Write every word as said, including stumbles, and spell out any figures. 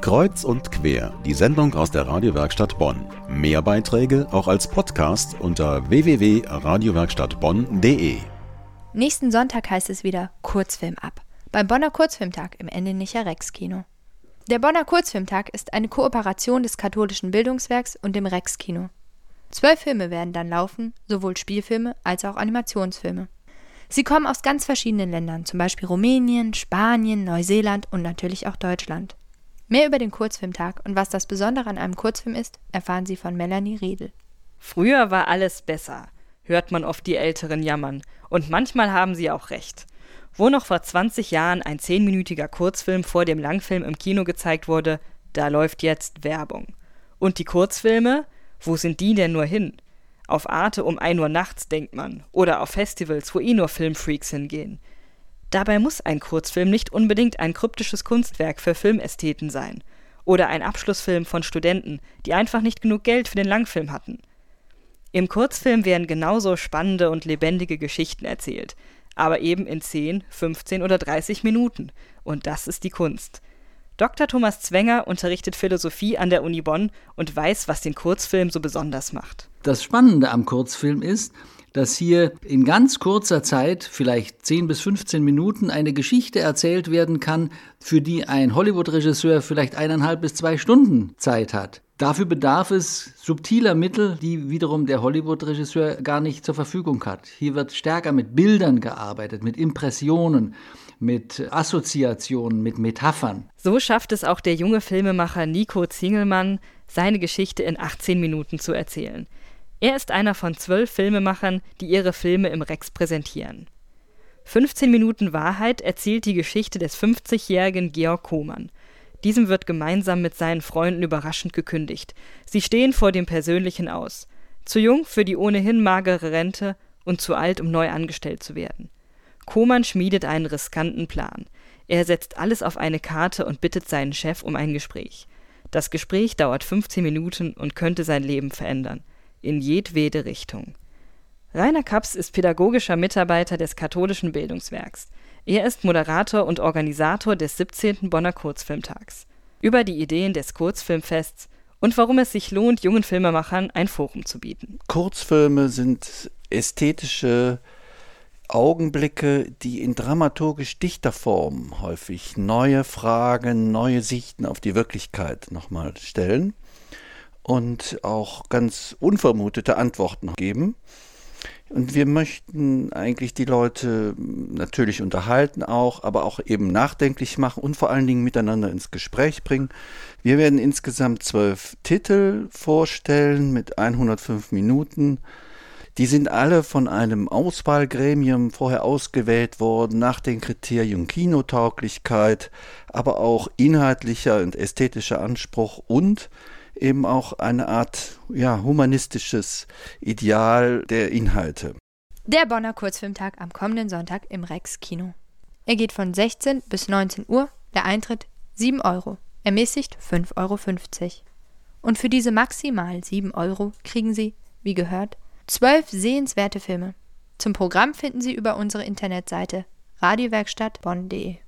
Kreuz und quer, die Sendung aus der Radiowerkstatt Bonn. Mehr Beiträge auch als Podcast unter w w w punkt radiowerkstattbonn punkt d e. Nächsten Sonntag heißt es wieder Kurzfilm ab, beim Bonner Kurzfilmtag im Endenicher Rex-Kino. Der Bonner Kurzfilmtag ist eine Kooperation des katholischen Bildungswerks und dem Rex-Kino. Zwölf Filme werden dann laufen, sowohl Spielfilme als auch Animationsfilme. Sie kommen aus ganz verschiedenen Ländern, zum Beispiel Rumänien, Spanien, Neuseeland und natürlich auch Deutschland. Mehr über den Kurzfilmtag und was das Besondere an einem Kurzfilm ist, erfahren Sie von Melanie Riedel. Früher war alles besser, hört man oft die Älteren jammern. Und manchmal haben sie auch recht. Wo noch vor zwanzig Jahren ein zehnminütiger Kurzfilm vor dem Langfilm im Kino gezeigt wurde, da läuft jetzt Werbung. Und die Kurzfilme? Wo sind die denn nur hin? Auf Arte um ein Uhr nachts, denkt man. Oder auf Festivals, wo eh nur Filmfreaks hingehen. Dabei muss ein Kurzfilm nicht unbedingt ein kryptisches Kunstwerk für Filmästheten sein. Oder ein Abschlussfilm von Studenten, die einfach nicht genug Geld für den Langfilm hatten. Im Kurzfilm werden genauso spannende und lebendige Geschichten erzählt. Aber eben in zehn, fünfzehn oder dreißig Minuten. Und das ist die Kunst. Doktor Thomas Zwenger unterrichtet Philosophie an der Uni Bonn und weiß, was den Kurzfilm so besonders macht. Das Spannende am Kurzfilm ist, dass hier in ganz kurzer Zeit, vielleicht zehn bis fünfzehn Minuten, eine Geschichte erzählt werden kann, für die ein Hollywood-Regisseur vielleicht eineinhalb bis zwei Stunden Zeit hat. Dafür bedarf es subtiler Mittel, die wiederum der Hollywood-Regisseur gar nicht zur Verfügung hat. Hier wird stärker mit Bildern gearbeitet, mit Impressionen, mit Assoziationen, mit Metaphern. So schafft es auch der junge Filmemacher Nico Zingelmann, seine Geschichte in achtzehn Minuten zu erzählen. Er ist einer von zwölf Filmemachern, die ihre Filme im Rex präsentieren. fünfzehn Minuten Wahrheit erzählt die Geschichte des fünfzigjährigen Georg Kohmann. Diesem wird gemeinsam mit seinen Freunden überraschend gekündigt. Sie stehen vor dem Persönlichen aus. Zu jung für die ohnehin magere Rente und zu alt, um neu angestellt zu werden. Kohmann schmiedet einen riskanten Plan. Er setzt alles auf eine Karte und bittet seinen Chef um ein Gespräch. Das Gespräch dauert fünfzehn Minuten und könnte sein Leben verändern. In jedwede Richtung. Rainer Kaps ist pädagogischer Mitarbeiter des katholischen Bildungswerks. Er ist Moderator und Organisator des siebzehnten Bonner Kurzfilmtags. Über die Ideen des Kurzfilmfests und warum es sich lohnt, jungen Filmemachern ein Forum zu bieten. Kurzfilme sind ästhetische Augenblicke, die in dramaturgisch dichter Form häufig neue Fragen, neue Sichten auf die Wirklichkeit nochmal stellen und auch ganz unvermutete Antworten geben. Und wir möchten eigentlich die Leute natürlich unterhalten auch, aber auch eben nachdenklich machen und vor allen Dingen miteinander ins Gespräch bringen. Wir werden insgesamt zwölf Titel vorstellen mit hundertfünf Minuten. Die sind alle von einem Auswahlgremium vorher ausgewählt worden, nach den Kriterien Kinotauglichkeit, aber auch inhaltlicher und ästhetischer Anspruch und eben auch eine Art ja, humanistisches Ideal der Inhalte. Der Bonner Kurzfilmtag am kommenden Sonntag im Rex-Kino. Er geht von sechzehn bis neunzehn Uhr, der Eintritt sieben Euro, ermäßigt fünf Euro fünfzig. Und für diese maximal sieben Euro kriegen Sie, wie gehört, zwölf sehenswerte Filme. Zum Programm finden Sie über unsere Internetseite radiowerkstatt bonn punkt de.